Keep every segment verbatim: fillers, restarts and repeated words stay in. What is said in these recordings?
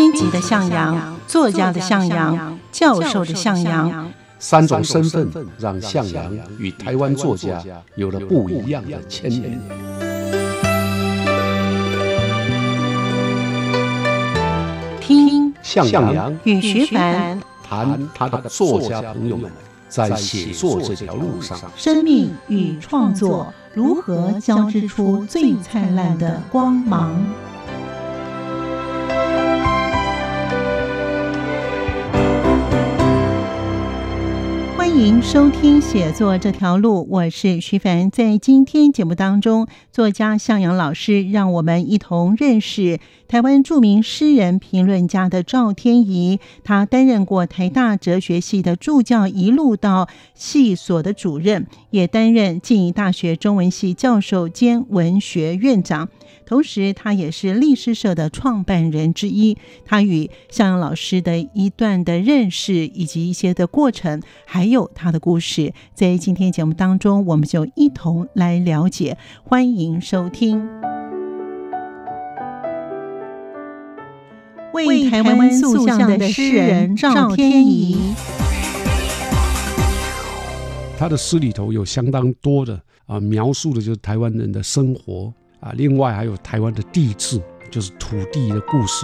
编辑的向阳，作家的向阳，教授的向阳， 三种身份让向阳与台湾作家有了不一样的牵连。 听向阳与徐凡谈他的作家朋友们在写作这条路上， 生命与创作如何交织出最灿烂的光芒。欢迎收听写作这条路，我是徐凡。在今天节目当中，作家向阳老师让我们一同认识台湾著名诗人评论家的赵天仪。他担任过台大哲学系的助教，一路到系所的主任，也担任静宜大学中文系教授兼文学院长，同时他也是历诗社的创办人之一。他与向阳老师的一段的认识，以及一些的过程，还有他的故事，在今天节目当中我们就一同来了解。欢迎收听。为台湾塑像的诗人赵天仪， 他的诗里头有相当多的、啊、描述的就是台湾人的生活啊，另外还有台湾的地质，就是土地的故事。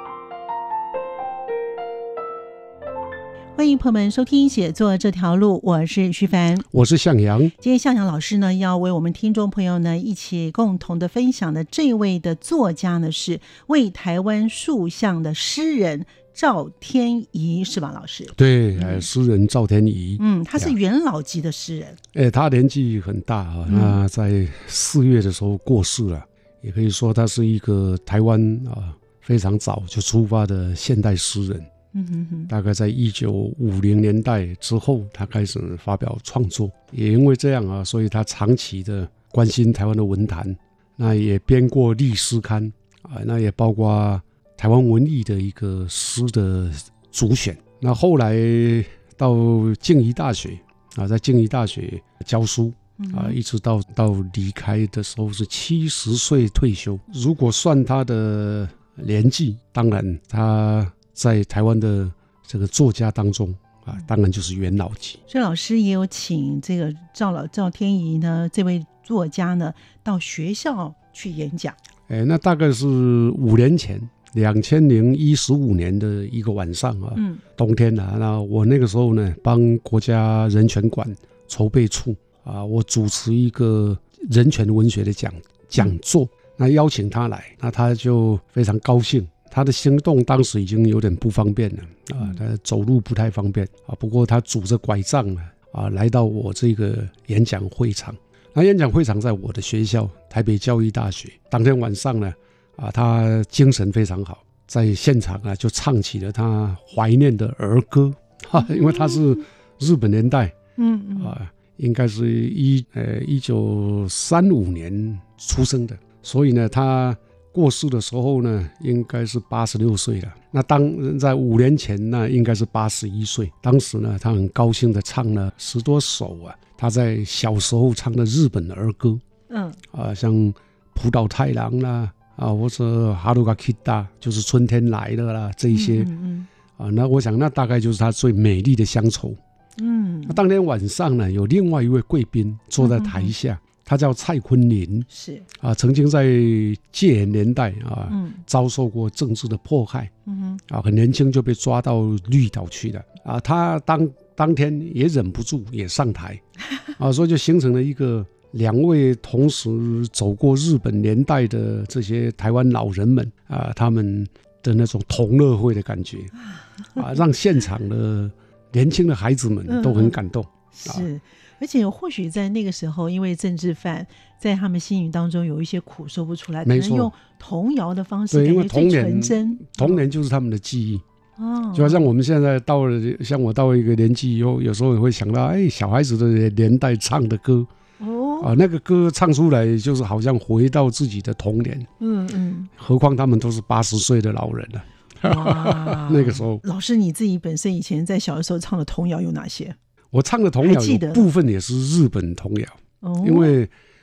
欢迎朋友们收听写作这条路，我是徐凡， 我是向阳。 今天向阳老师呢，要为我们听众朋友呢一起共同的分享的这位的作家呢，是为台湾塑像的诗人赵天仪，是吧，老师？ 对，嗯、诗人赵天仪， 嗯，他是元老级的诗人。 哎，他年纪很大啊，嗯、那在四月的时候过世了，也可以说他是一个台湾啊非常早就出发的现代诗人。嗯哼哼，大概在一九五零年代之后，他开始发表创作，也因为这样啊，所以他长期的关心台湾的文坛，那也编过历诗刊啊，那也包括台湾文艺的一个诗的主选。那后来到静宜大学啊，在静宜大学教书啊，一直到到离开的时候是七十岁退休。如果算他的年纪，当然他在台湾的这个作家当中啊，当然就是元老级。 所以老师也有请这个赵老赵天仪呢，这位作家呢，到学校去演讲。 哎，那大概是五年前，两千零一十五年的一个晚上啊，嗯，冬天啊，那我那个时候呢，帮国家人权馆筹备处啊，我主持一个人权文学的讲讲座，那邀请他来，那他就非常高兴。他的行动当时已经有点不方便了啊，他走路不太方便啊。不过他拄着拐杖啊，来到我这个演讲会场。那演讲会场在我的学校台北教育大学。当天晚上呢，啊，他精神非常好，在现场啊就唱起了他怀念的儿歌，哈，因为他是日本年代，嗯啊，应该是一呃一九三五年出生的，所以呢他过世的时候呢，应该是八十六岁了。那当在五年前呢，应该是八十一岁。当时呢，他很高兴的唱了十多首啊，他在小时候唱的日本的儿歌，嗯啊，像浦岛太郎啦啊，或者哈鲁嘎 Kita， 就是春天来了啦，这一些，嗯嗯啊，那我想那大概就是他最美丽的乡愁。嗯，那当天晚上呢，有另外一位贵宾坐在台下。嗯，他叫蔡坤林，是啊，曾经在戒严年代啊、嗯，遭受过政治的迫害，嗯啊，很年轻就被抓到绿岛去了啊。他当当天也忍不住也上台啊，所以就形成了一个两位同时走过日本年代的这些台湾老人们啊，他们的那种同乐会的感觉啊，让现场的年轻的孩子们都很感动。 嗯、是。而且或许在那个时候，因为政治犯在他们心语当中有一些苦说不出来，可能用童谣的方式， 对，因为童年纯真， 童年就是他们的记忆。哦，就好像我们现在到了，像我到一个年纪以后，有时候也会想到，哎，小孩子的年代唱的歌，哦，啊，那个歌唱出来就是好像回到自己的童年。嗯嗯，何况他们都是八十岁的老人了。哇，那个时候， 老师你自己本身以前在小的时候唱的童谣有哪些？ 我唱的童谣有部分也是日本童谣，哦，因为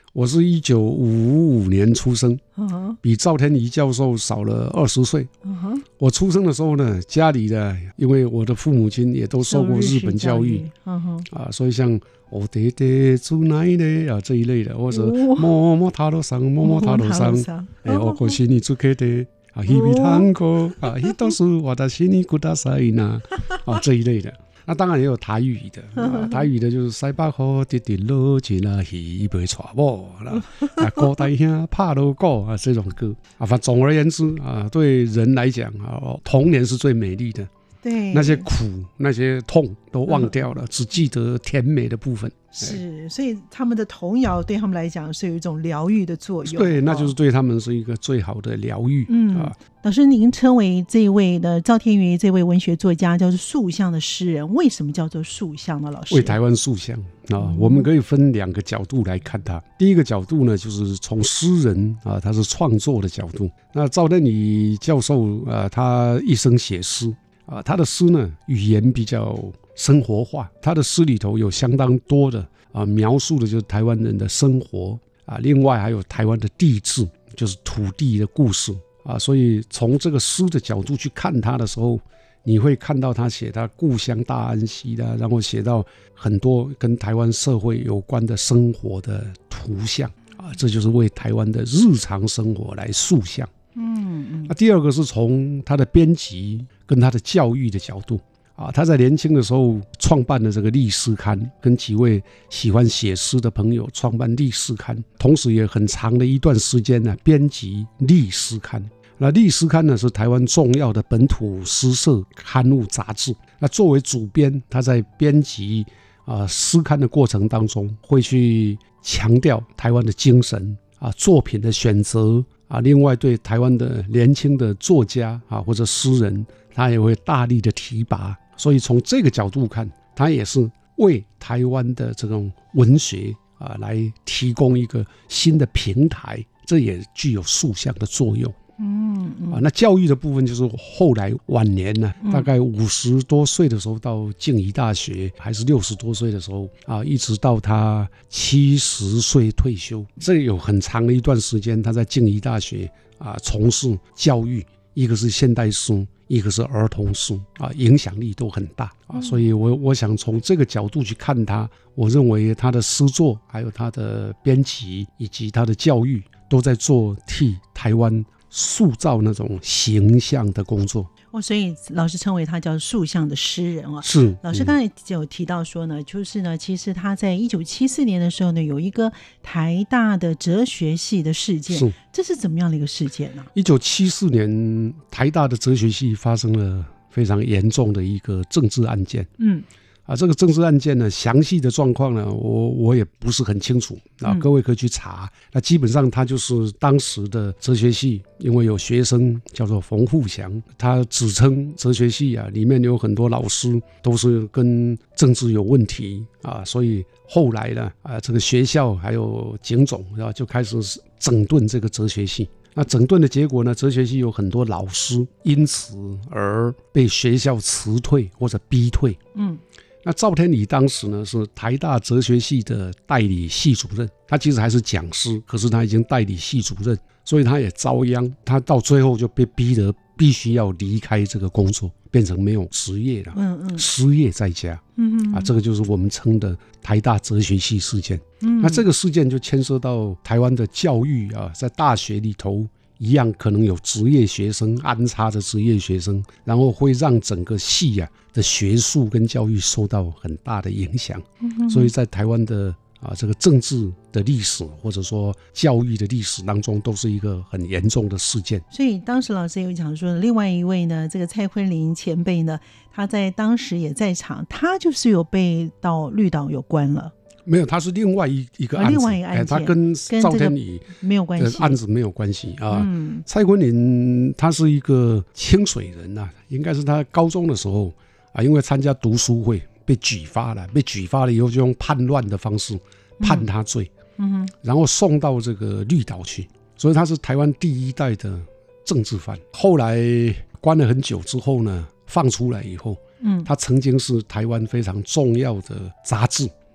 我是一九五五年出生， uh-huh. 比赵天仪教授少了二十岁。Uh-huh. 我出生的时候呢，家里的因为我的父母亲也都受过日本教育， uh-huh. 啊，所以像我爹爹祖奶奶啊这一类的，或者摸摸塔罗桑，摸摸塔罗桑，哎，我过心里做开的啊，日々tango啊，一是我的心里古大塞呢啊这一类的。那当然也有台语的，啊、台语的就是西北河直直落进了鱼被带某啊，高大兄怕路过啊这种歌啊，反总而言之啊，对人来讲啊，童年是最美丽的。对，那些苦那些痛都忘掉了，嗯、只记得甜美的部分。 是，所以他们的童谣对他们来讲是有一种疗愈的作用。 对，那就是对他们是一个最好的疗愈。嗯、啊， 老师，您称为这一位的赵天瑜这位文学作家叫做塑像的诗人，为什么叫做塑像呢？老师， 为台湾塑像啊、嗯，我们可以分两个角度来看他。第一个角度呢，就是从诗人啊，他是创作的角度。那赵天瑜教授啊，他一生写诗。啊，他的诗呢，语言比较生活化，他的诗里头有相当多的啊描述的就是台湾人的生活啊，另外还有台湾的地质，就是土地的故事啊，所以从这个诗的角度去看他的时候，你会看到他写他故乡大安溪的，然后写到很多跟台湾社会有关的生活的图像啊，这就是为台湾的日常生活来塑像。嗯嗯，那第二个是从他的编辑跟他的教育的角度啊，他在年轻的时候创办了这个历诗刊，跟几位喜欢写诗的朋友创办历诗刊，同时也很长的一段时间呢编辑历诗刊。那历诗刊呢是台湾重要的本土诗社刊物杂志。那作为主编，他在编辑啊诗刊的过程当中，会去强调台湾的精神啊，作品的选择。啊，另外对台湾的年轻的作家啊或者诗人，他也会大力的提拔，所以从这个角度看，他也是为台湾的这种文学啊来提供一个新的平台，这也具有塑像的作用。嗯, 嗯啊，那教育的部分就是后来晚年呢、啊，大概五十多岁的时候到静宜大学，还是六十多岁的时候啊，一直到他七十岁退休，这有很长的一段时间，他在静宜大学啊从事教育，一个是现代诗，一个是儿童诗啊，影响力都很大啊，所以我我想从这个角度去看他，我认为他的诗作，还有他的编辑以及他的教育，都在做替台湾塑造那种形象的工作。 哦，所以老师称为他叫塑像的诗人啊。 是， 老师刚才有提到说呢，就是呢，其实他在一九七四年的时候呢，有一个台大的哲学系的事件，是，这是怎么样的一个事件呢？ 一九七四年，台大的哲学系发生了非常严重的一个政治案件。嗯。啊，这个政治案件呢，详细的状况呢，我我也不是很清楚啊，各位可以去查。那基本上他就是当时的哲学系，因为有学生叫做冯富祥，他指称哲学系啊里面有很多老师都是跟政治有问题啊，所以后来呢，啊这个学校还有警总啊就开始整顿这个哲学系。那整顿的结果呢，哲学系有很多老师因此而被学校辞退或者逼退。嗯。那赵天宇当时呢是台大哲学系的代理系主任，他其实还是讲师，可是他已经代理系主任，所以他也遭殃，他到最后就被逼得必须要离开这个工作，变成没有职业了，嗯嗯，失业在家，嗯嗯啊，这个就是我们称的台大哲学系事件。嗯，那这个事件就牵涉到台湾的教育啊，在大学里头。一样可能有职业学生安插着职业学生，然后会让整个系啊的学术跟教育受到很大的影响。嗯、所以在台湾的啊这个政治的历史或者说教育的历史当中，都是一个很严重的事件。 所以当时老师有讲说，另外一位呢，这个蔡坤林前辈呢，他在当时也在场，他就是有被到绿岛有关了。 没有，他是另外一一个案子， 另外一个案件， 他跟赵天宇没有关系， 案子没有关系啊。嗯、蔡坤林他是一个清水人呐、啊，应该是他高中的时候啊，因为参加读书会被举发了，被举发了以后就用叛乱的方式判他罪，嗯哼，然后送到这个绿岛去，所以他是台湾第一代的政治犯。后来关了很久之后呢，放出来以后，嗯，他曾经是台湾非常重要的杂志。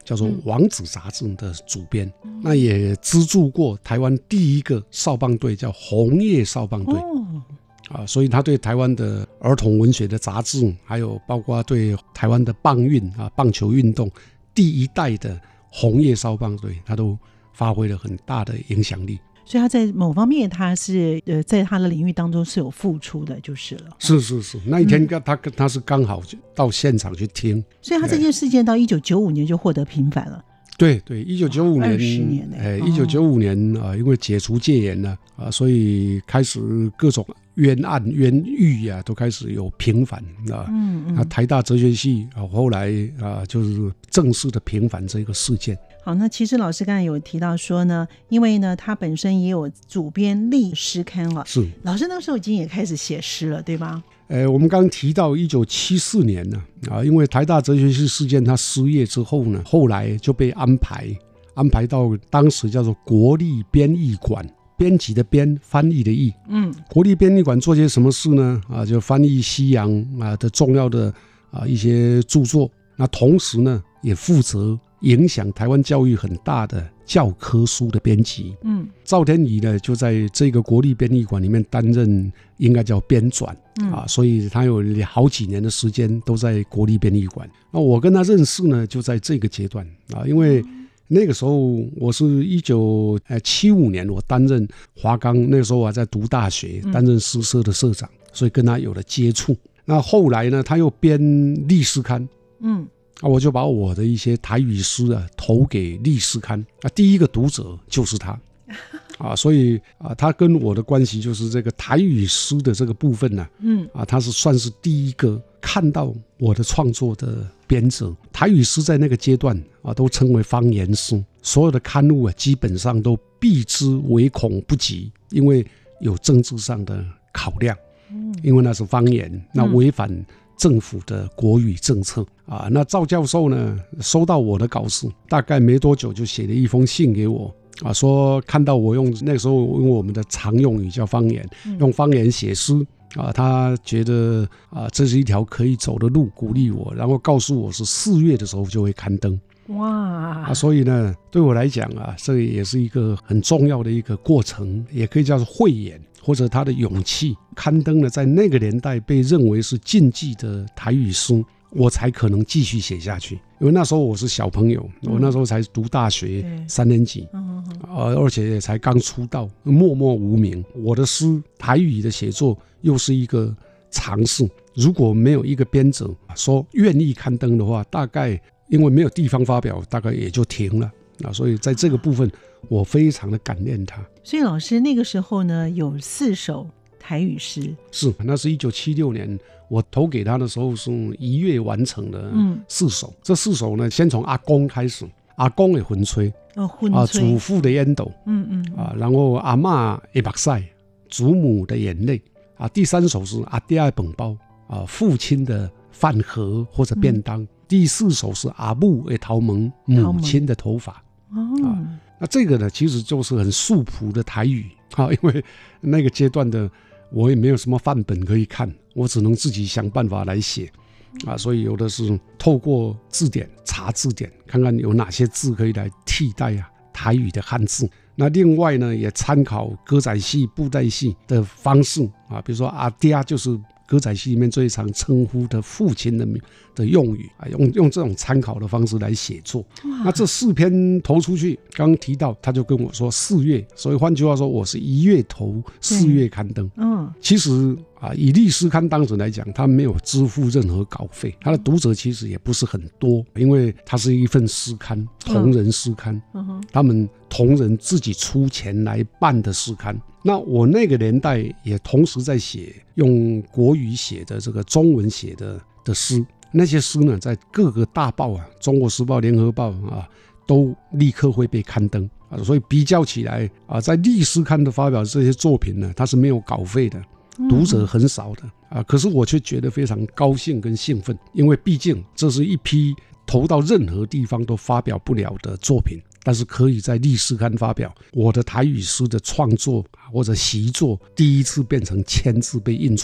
叫做《王子》杂志的主编，嗯、那也资助过台湾第一个少棒队，叫红叶少棒队。哦啊，所以他对台湾的儿童文学的杂志，还有包括对台湾的棒运啊、棒球运动第一代的红叶少棒队，他都发挥了很大的影响力。 所以他在某方面他是呃在他的领域当中是有付出的，就是了。 是是是，那一天他、嗯、他是刚好到现场去听， 所以他这件事件到一九九五年就获得平反了。 对对，一九九五年， 二十年哎，一九九五年啊、呃，因为解除戒严了啊，所以开始各种冤案冤狱啊，都开始有平反啊。嗯嗯。那台大哲学系啊，后来啊，就是正式的平反这个事件。 好，那其实老师刚才有提到说呢，因为呢他本身也有主编历诗刊了， 是老师那时候已经也开始写诗了，对吧？ 呃，我们刚刚提到一九七四年呢，啊，因为台大哲学系事件他失业之后呢，后来就被安排安排到当时叫做国立编译馆，编辑的编，翻译的译，嗯，国立编译馆做些什么事呢？啊，就翻译西洋啊的重要的啊一些著作，那同时呢也负责影响台湾教育很大的教科书的编辑。嗯，赵天仪呢就在这个国立编译馆里面担任应该叫编纂、嗯、啊，所以他有好几年的时间都在国立编译馆。那我跟他认识呢就在这个阶段啊，因为那个时候我是一九七五年我担任华冈，那个时候我还在读大学，担任诗社的社长，所以跟他有了接触。那后来呢他又编历诗刊，嗯，我就把我的一些台语诗啊投给历诗刊，啊，第一个读者就是他，啊，所以啊，他跟我的关系就是这个台语诗的这个部分呢、啊，嗯，啊，他是算是第一个看到我的创作的编者。台语诗在那个阶段啊，都称为方言诗，所有的刊物啊，基本上都避之唯恐不及，因为有政治上的考量，嗯，因为那是方言，那违反政府的国语政策啊。那赵教授呢收到我的稿子，大概没多久就写了一封信给我啊，说看到我用那个时候用我们的常用语叫方言，用方言写诗啊，他觉得啊这是一条可以走的路，鼓励我，然后告诉我是四月的时候就会刊登。哇啊！所以呢，对我来讲啊，这也是一个很重要的一个过程，也可以叫做慧眼，或者他的勇气，刊登了在那个年代被认为是禁忌的台语诗，我才可能继续写下去。因为那时候我是小朋友，我那时候才读大学三年级，嗯呃、而且也才刚出道，默默无名。我的诗台语的写作又是一个尝试，如果没有一个编者说愿意刊登的话，大概因为没有地方发表，大概也就停了啊。所以在这个部分，我非常的感念他。 所以老师那个时候呢，有四首台语诗，是那是一九七六年，我投给他的时候是一月完成的四首。嗯、这四首呢，先从阿公开始，阿公的魂吹， 哦，魂啊，祖父的烟斗， 嗯嗯啊，然后阿嬷的目屎，祖母的眼泪，啊，第三首是阿爹的饭包，啊，父亲的饭盒或者便当。嗯，第四首是阿母的头毛，母亲的头发。哦，啊，那这个呢，其实就是很素朴的台语啊，因为那个阶段的我也没有什么范本可以看，我只能自己想办法来写啊，所以有的是透过字典查字典，看看有哪些字可以来替代啊台语的汉字。那另外呢，也参考歌仔戏、布袋戏的方式啊，比如说阿爹就是歌仔戏里面最常称呼的父亲的的用语啊，用用这种参考的方式来写作。那这四篇投出去，刚刚提到他就跟我说四月，所以换句话说，我是一月投，四月刊登。嗯，其实啊，以历诗刊当时来讲，他没有支付任何稿费，他的读者其实也不是很多，因为它是一份诗刊，同人诗刊，嗯，他们同人自己出钱来办的诗刊。那我那个年代也同时在写用国语写的这个中文写的的诗，那些诗呢，在各个大报啊，中国时报、联合报啊，都立刻会被刊登啊。所以比较起来啊，在历诗刊的发表这些作品呢，它是没有稿费的，读者很少的啊。可是我却觉得非常高兴跟兴奋，因为毕竟这是一批投到任何地方都发表不了的作品，但是可以在历诗刊发表。我的台语诗的创作或者习作第一次变成签字被印出来，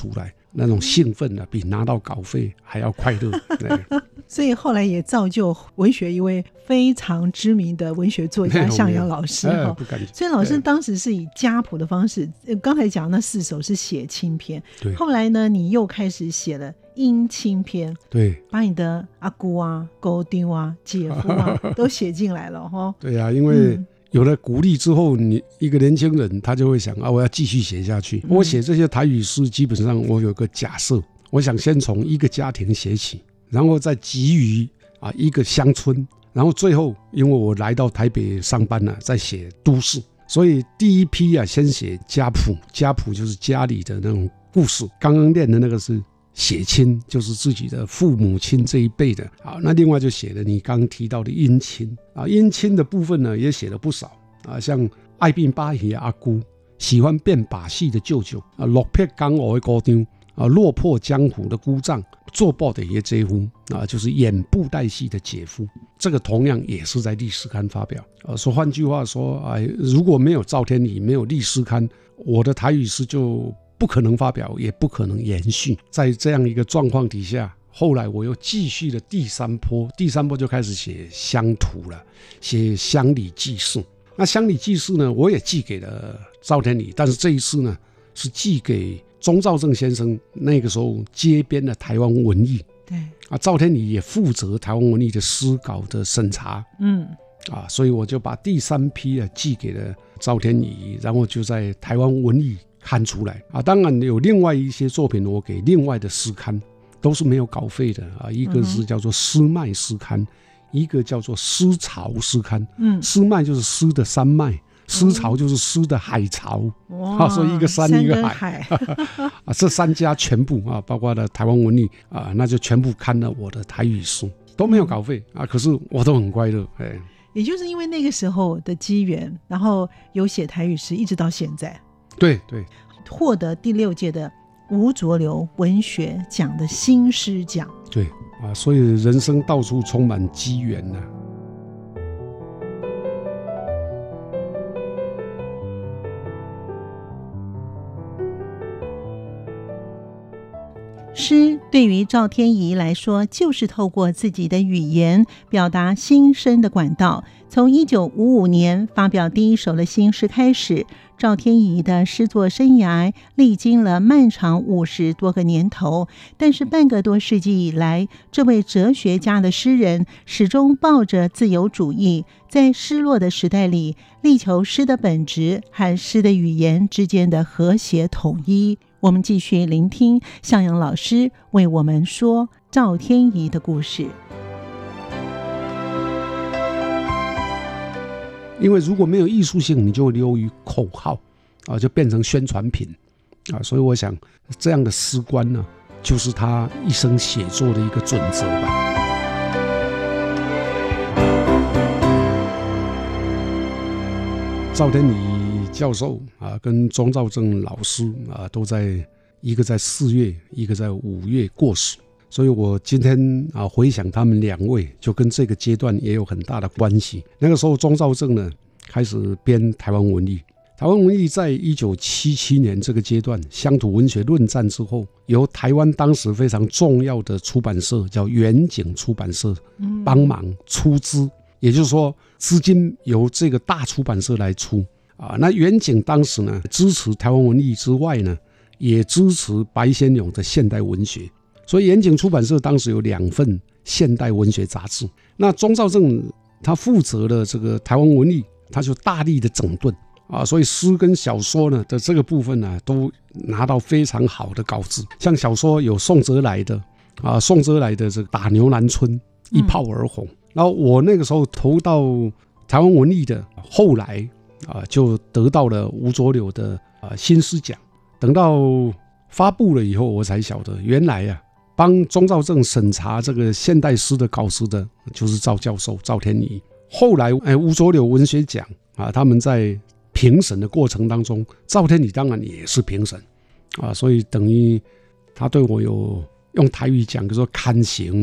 那种兴奋啊，比拿到稿费还要快乐。 所以后来也造就文学一位非常知名的文学作家向阳老师、 哎、不敢所以老师当时是以家谱的方式，刚才讲那四首是写亲篇， 对， 后来呢你又开始写了姻亲篇， 对， 把你的阿姑啊、姑丈啊、姐夫啊都写进来了哈。 对啊，因为有了鼓励之后，你一个年轻人他就会想啊，我要继续写下去。嗯、我写这些台语诗，基本上我有个假设，我想先从一个家庭写起，然后再急于啊一个乡村，然后最后因为我来到台北上班了、啊，再写都市，所以第一批啊先写家谱，家谱就是家里的那种故事。刚刚念的那个是血亲，就是自己的父母亲这一辈的。好，那另外就写了你刚提到的姻亲啊，姻亲的部分呢也写了不少啊，像爱变巴戏的阿姑，喜欢变把戏的舅舅啊，落魄江湖的姑丈啊，落魄江湖的姑丈，做报的爷姐夫啊，就是演布袋戏的姐夫。这个同样也是在历史刊发表啊。说换句话说，哎，如果没有赵天理，没有历史刊，我的台语诗就不可能发表，也不可能延续。在这样一个状况底下，后来我又继续了第三波，第三波就开始写乡土了，写乡里记事。那乡里记事呢，我也寄给了赵天理，但是这一次呢，是寄给钟肇政先生，那个时候接编了台湾文艺。 对啊，赵天理也负责台湾文艺的诗稿的审查。 嗯啊，所以我就把第三批啊寄给了赵天理，然后就在台湾文艺刊出来啊。当然有另外一些作品我给另外的诗刊，都是没有稿费的啊。一个是叫做诗脉诗刊，一个叫做诗潮诗刊。嗯，诗脉就是诗的山脉，诗潮就是诗的海潮。哇，所以一个山一个海啊，这三家全部啊，包括了台湾文艺啊，那就全部刊了我的台语诗，都没有稿费啊，可是我都很快乐。哎， 也就是因为那个时候的机缘，然后有写台语诗，一直到现在。 对对， 获得第六届的吴浊流文学奖的新诗奖。 对啊，所以人生到处充满机缘啊。 诗对于赵天仪来说，就是透过自己的语言表达心声的管道。从一九五五年发表第一首的新诗开始，赵天仪的诗作生涯历经了漫长五十多个年头，但是半个多世纪以来，这位哲学家的诗人始终抱着自由主义，在失落的时代里，力求诗的本质和诗的语言之间的和谐统一。我们继续聆听向阳老师为我们说赵天仪的故事。 因为如果没有艺术性，你就会流于口号啊，就变成宣传品啊，所以我想这样的诗观呢，就是他一生写作的一个准则吧。赵天理教授啊，跟钟肇政老师啊，都在一个在四月，一个在五月过世，所以我今天啊回想他们两位，就跟这个阶段也有很大的关系。那个时候钟肇政呢开始编台湾文艺，台湾文艺在一九七七年这个阶段，乡土文学论战之后，由台湾当时非常重要的出版社叫远景出版社帮忙出资，也就是说资金由这个大出版社来出啊。那远景当时呢支持台湾文艺之外呢，也支持白先勇的现代文学，所以远景出版社当时有两份现代文学杂志。那钟肇政他负责了这个台湾文艺，他就大力的整顿啊，所以诗跟小说呢的这个部分呢，都拿到非常好的稿子。像小说有宋哲来的啊，宋哲来的这个打牛南村一炮而红。嗯、然后我那个时候投到台湾文艺的，后来啊就得到了吴浊流的啊新诗奖。等到发布了以后，我才晓得原来啊，帮钟肇政审查这个现代诗的稿子的，就是赵教授赵天仪。后来，哎，吴浊流文学奖啊，他们在评审的过程当中，赵天理当然也是评审啊，所以等于他对我有用台语讲，就说看行了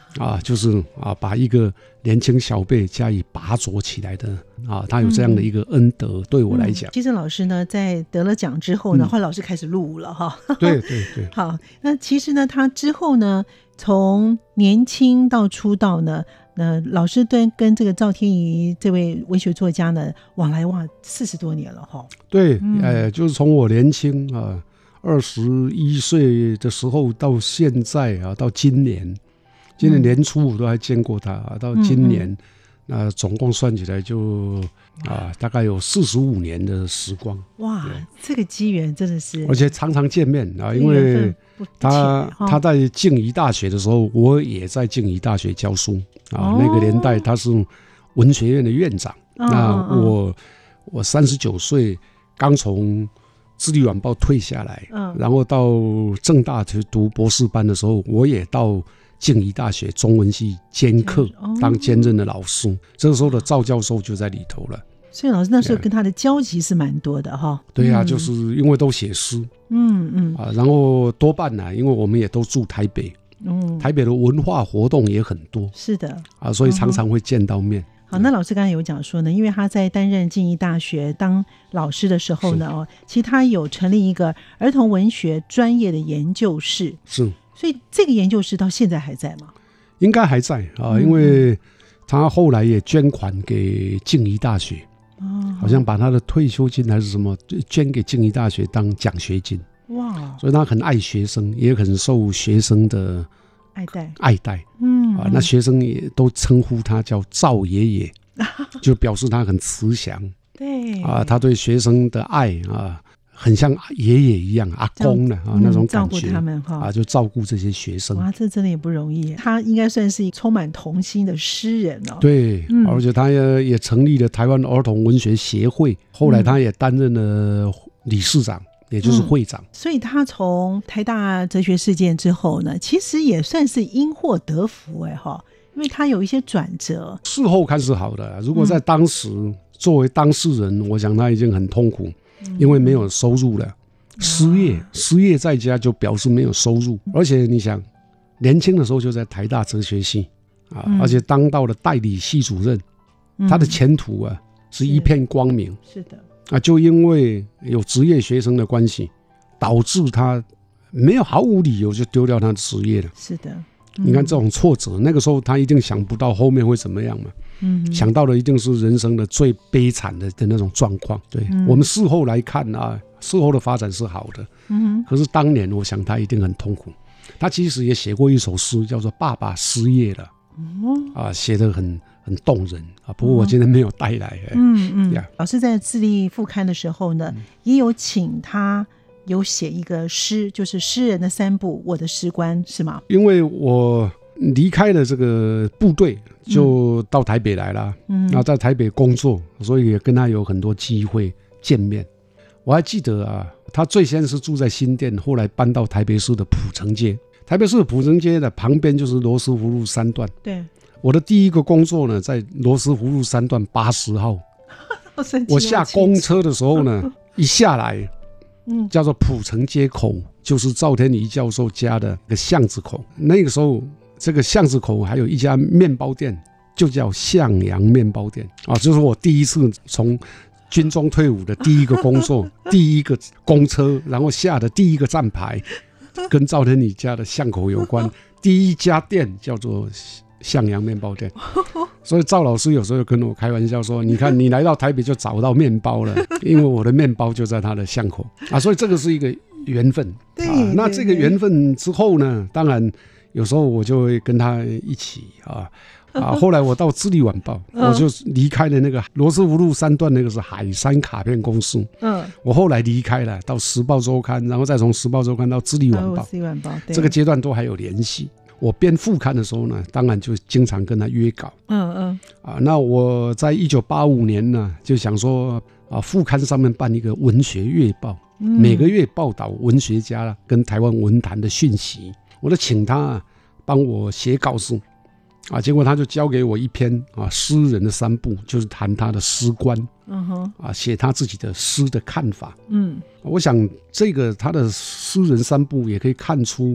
啊，就是啊，把一个年轻小辈加以拔擢起来的啊，他有这样的一个恩德，嗯、对我来讲。 嗯、其实老师呢，在得了奖之后呢，嗯、后来老师开始入伍了哈。 对对对。 好，那其实呢，他之后呢，从年轻到出道呢，那老师跟跟这个赵天仪这位文学作家呢，往来哇四十多年了哈。 对，嗯、呃，就是从我年轻啊，二十一岁的时候到现在啊，到今年。今年年初我都还见过他，到今年，那、嗯呃、总共算起来就啊，大概有四十五年的时光。 哇，这个机缘真的是， 而且常常见面啊，因为他他在静宜大学的时候，我也在静宜大学教书啊。哦、那个年代他是文学院的院长，哦、那我、哦、我三十九岁刚从智利晚报退下来，嗯、然后到政大去读博士班的时候，我也到静宜大学中文系兼课，当兼任的老师，哦、这个时候的赵教授就在里头了。 所以老师那时候跟他的交集是蛮多的哈。 对呀、啊，嗯、就是因为都写诗， 嗯嗯啊，然后多半呢、啊，因为我们也都住台北，嗯，台北的文化活动也很多， 是的啊，所以常常会见到面。嗯、 好，那老师刚才有讲说呢，因为他在担任静宜大学当老师的时候呢，哦，其实他有成立一个儿童文学专业的研究室， 是。 所以这个研究室到现在还在吗？ 应该还在啊，因为他后来也捐款给静宜大学，哦、好像把他的退休金还是什么捐给静宜大学当奖学金。哇！所以他很爱学生，也很受学生的爱戴爱戴。嗯啊，那学生也都称呼他叫赵爷爷，就表示他很慈祥。 对啊，他对学生的爱啊。很像爷爷一样，阿公的啊、嗯、那种感觉， 照顾他们哈啊，就照顾这些学生。 哇，这真的也不容易。他应该算是充满童心的诗人哦。 对，嗯、而且他也也成立了台湾儿童文学协会，后来他也担任了理事长，嗯、也就是会长。 所以他从台大哲学事件之后呢，其实也算是因祸得福哎哈，因为他有一些转折。 事后看是好的，如果在当时、嗯、作为当事人，我想他已经很痛苦。因为没有收入了，失业，失业在家就表示没有收入，而且你想，年轻的时候就在台大哲学系啊，嗯、而且当到了代理系主任，嗯、他的前途啊是一片光明。 是的啊，就因为有职业学生的关系，导致他没有毫无理由就丢掉他的职业了。 是的。 你看这种挫折，那个时候他一定想不到后面会怎么样嘛。嗯，想到的一定是人生的最悲惨的的那种状况。对、嗯、我们事后来看啊，事后的发展是好的。嗯，可是当年我想他一定很痛苦。他其实也写过一首诗，叫做《爸爸失业了》。嗯、啊，写得很很动人啊。不过我今天没有带来。 嗯嗯，呀老师在智利副刊的时候呢，嗯、也有请他。有写一个诗，就是诗人的三部，我的诗观，是吗？ 因为我离开了这个部队，就到台北来了，嗯，然后在台北工作，所以也跟他有很多机会见面。我还记得啊，他最先是住在新店，后来搬到台北市的府城街。台北市的府城街的旁边就是罗斯福路三段。对，我的第一个工作呢，在罗斯福路三段八十号。我下公车的时候呢，一下来。叫做府城街口，就是赵天仪教授家的一个巷子口。那个时候，这个巷子口还有一家面包店，就叫向阳面包店啊。就是我第一次从军中退伍的第一个工作，第一个公车，然后下的第一个站牌，跟赵天仪家的巷口有关。第一家店叫做向阳面包店，所以赵老师有时候跟我开玩笑说：“你看，你来到台北就找到面包了，因为我的面包就在他的巷口啊。”所以这个是一个缘分。对，啊、那这个缘分之后呢，当然有时候我就会跟他一起啊啊。后来我到智利晚报，我就离开了那个罗斯福路三段，那个是海山卡片公司。嗯，我后来离开了，到时报周刊，然后再从时报周刊到智利晚报， 智利晚报这个阶段都还有联系。我编副刊的时候呢，当然就经常跟他约稿。嗯嗯。啊，那我在一九八五年呢，就想说啊，副刊上面办一个文学月报，嗯、每个月报道文学家跟台湾文坛的讯息。我就请他帮我写稿子，啊，结果他就交给我一篇啊诗人的三部，就是谈他的诗观。嗯哼。啊，写他自己的诗的看法。嗯。我想这个他的诗人三部也可以看出。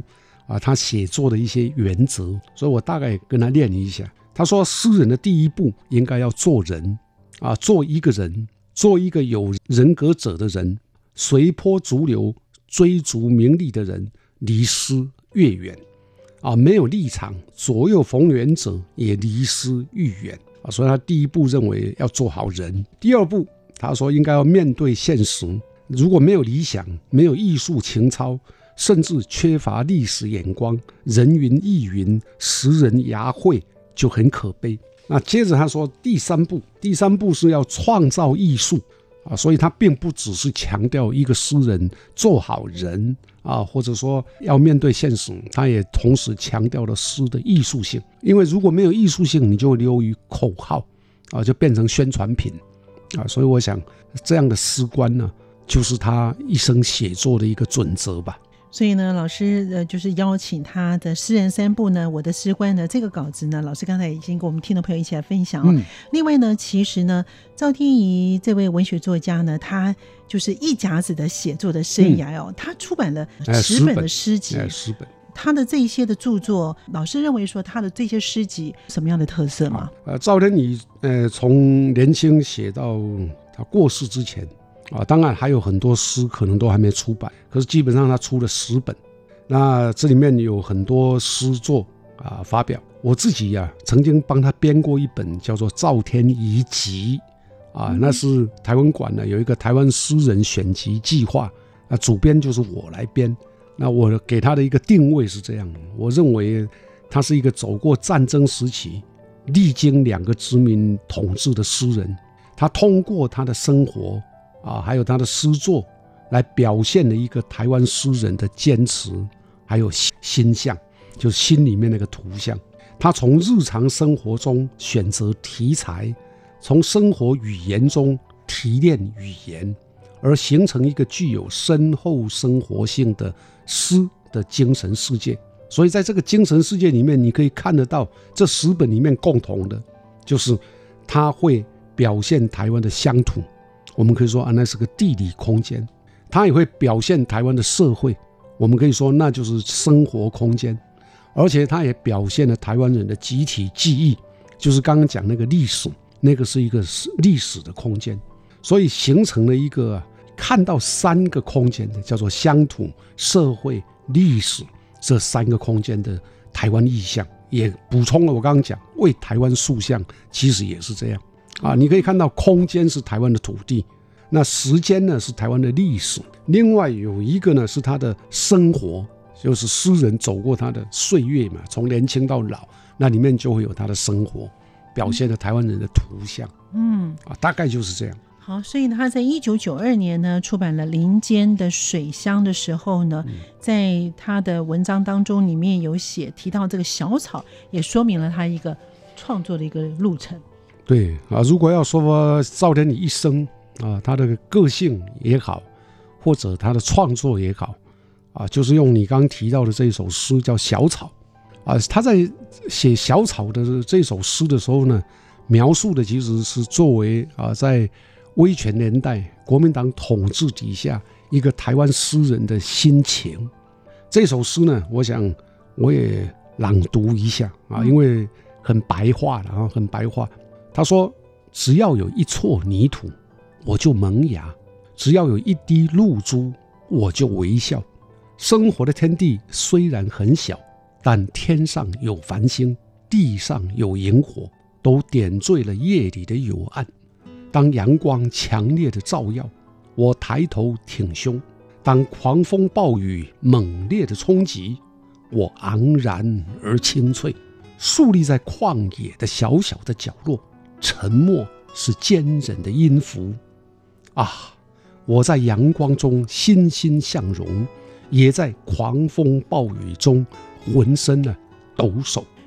啊，他写作的一些原则，所以我大概跟他练一下。他说，诗人的第一步应该要做人啊，做一个人，做一个有人格者的人。随波逐流、追逐名利的人，离诗越远啊，没有立场、左右逢源者也离诗愈远啊。所以他第一步认为要做好人。第二步，他说应该要面对现实，如果没有理想、没有艺术情操，甚至缺乏历史眼光，人云亦云、识人牙慧，就很可悲。那接着他说，第三步，第三步是要创造艺术啊，所以他并不只是强调一个诗人做好人啊，或者说要面对现实，他也同时强调了诗的艺术性。因为如果没有艺术性，你就会流于口号啊，就变成宣传品啊。所以我想，这样的诗观呢，就是他一生写作的一个准则吧。 所以呢，老师呃就是邀请他的诗人三部呢，我的诗观的这个稿子呢，老师刚才已经跟我们听众朋友一起来分享、哦嗯、另外呢，其实呢，赵天仪这位文学作家呢，他就是一甲子的写作的生涯哦，嗯、他出版了十本的诗集， 哎、十本。 他的这一些的著作，老师认为说他的这些诗集什么样的特色吗？ 呃，赵天仪呃从年轻写到他过世之前。啊，当然还有很多诗可能都还没出版，可是基本上他出了十本，那这里面有很多诗作啊发表。我自己呀、啊、曾经帮他编过一本叫做《赵天仪集》啊，嗯、那是台文馆呢有一个台湾诗人选集计划，那主编就是我来编。那我给他的一个定位是这样，我认为他是一个走过战争时期、历经两个殖民统治的诗人，他通过他的生活。啊，还有他的诗作来表现了一个台湾诗人的坚持，还有心象，就是心里面那个图像。他从日常生活中选择题材，从生活语言中提炼语言，而形成一个具有深厚生活性的诗的精神世界。所以在这个精神世界里面，你可以看得到这十本里面共同的就是他会表现台湾的乡土，我们可以说啊，那是个地理空间。它也会表现台湾的社会，我们可以说那就是生活空间。而且它也表现了台湾人的集体记忆，就是刚刚讲那个历史，那个是一个历史的空间。所以形成了一个、啊、看到三个空间的，叫做乡土、社会、历史这三个空间的台湾意象。也补充了我刚刚讲为台湾塑像，其实也是这样啊。你可以看到空间是台湾的土地，那时间呢是台湾的历史，另外有一个呢是他的生活，就是诗人走过他的岁月嘛，从年轻到老，那里面就会有他的生活，表现了台湾人的图像。嗯啊，大概就是这样。 好，所以他在一九九二年呢出版了《林间的水乡》的时候呢、嗯，在他的文章当中里面有写提到这个小草，也说明了他一个创作的一个路程。 对啊，如果要说赵天仪一生啊，他的个性也好，或者他的创作也好啊，就是用你刚刚提到的这一首诗叫《小草》啊，他在写《小草》的这首诗的时候呢，描述的其实是作为啊在威权年代国民党统治底下一个台湾诗人的心情。这首诗呢，我想我也朗读一下啊，因为很白话了啊，很白话。他说：只要有一撮泥土，我就萌芽；只要有一滴露珠，我就微笑。生活的天地虽然很小，但天上有繁星，地上有萤火，都点缀了夜里的幽暗。当阳光强烈的照耀，我抬头挺胸；当狂风暴雨猛烈的冲击，我昂然而清脆。竖立在旷野的小小的角落，沉默是坚韧的音符啊！我在阳光中欣欣向荣，也在狂风暴雨中浑身呢抖擞。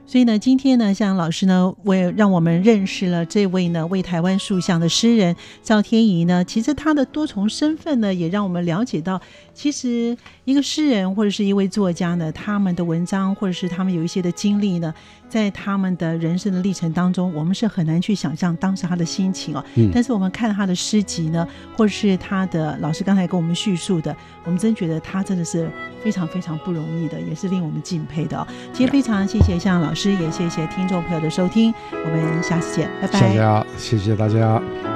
所以呢，今天呢，向老师呢，为让我们认识了这位呢为台湾塑像的诗人赵天仪呢。其实他的多重身份呢，也让我们了解到，其实一个诗人或者是一位作家呢，他们的文章或者是他们有一些的经历呢，在他们的人生的历程当中，我们是很难去想象当时他的心情哦。嗯、但是我们看他的诗集呢，或者是他的老师刚才跟我们叙述的，我们真觉得他真的是非常非常不容易的，也是令我们敬佩的哦。今天非常谢谢向老师，也谢谢听众朋友的收听，我们下次见，拜拜。 谢谢，谢谢大家。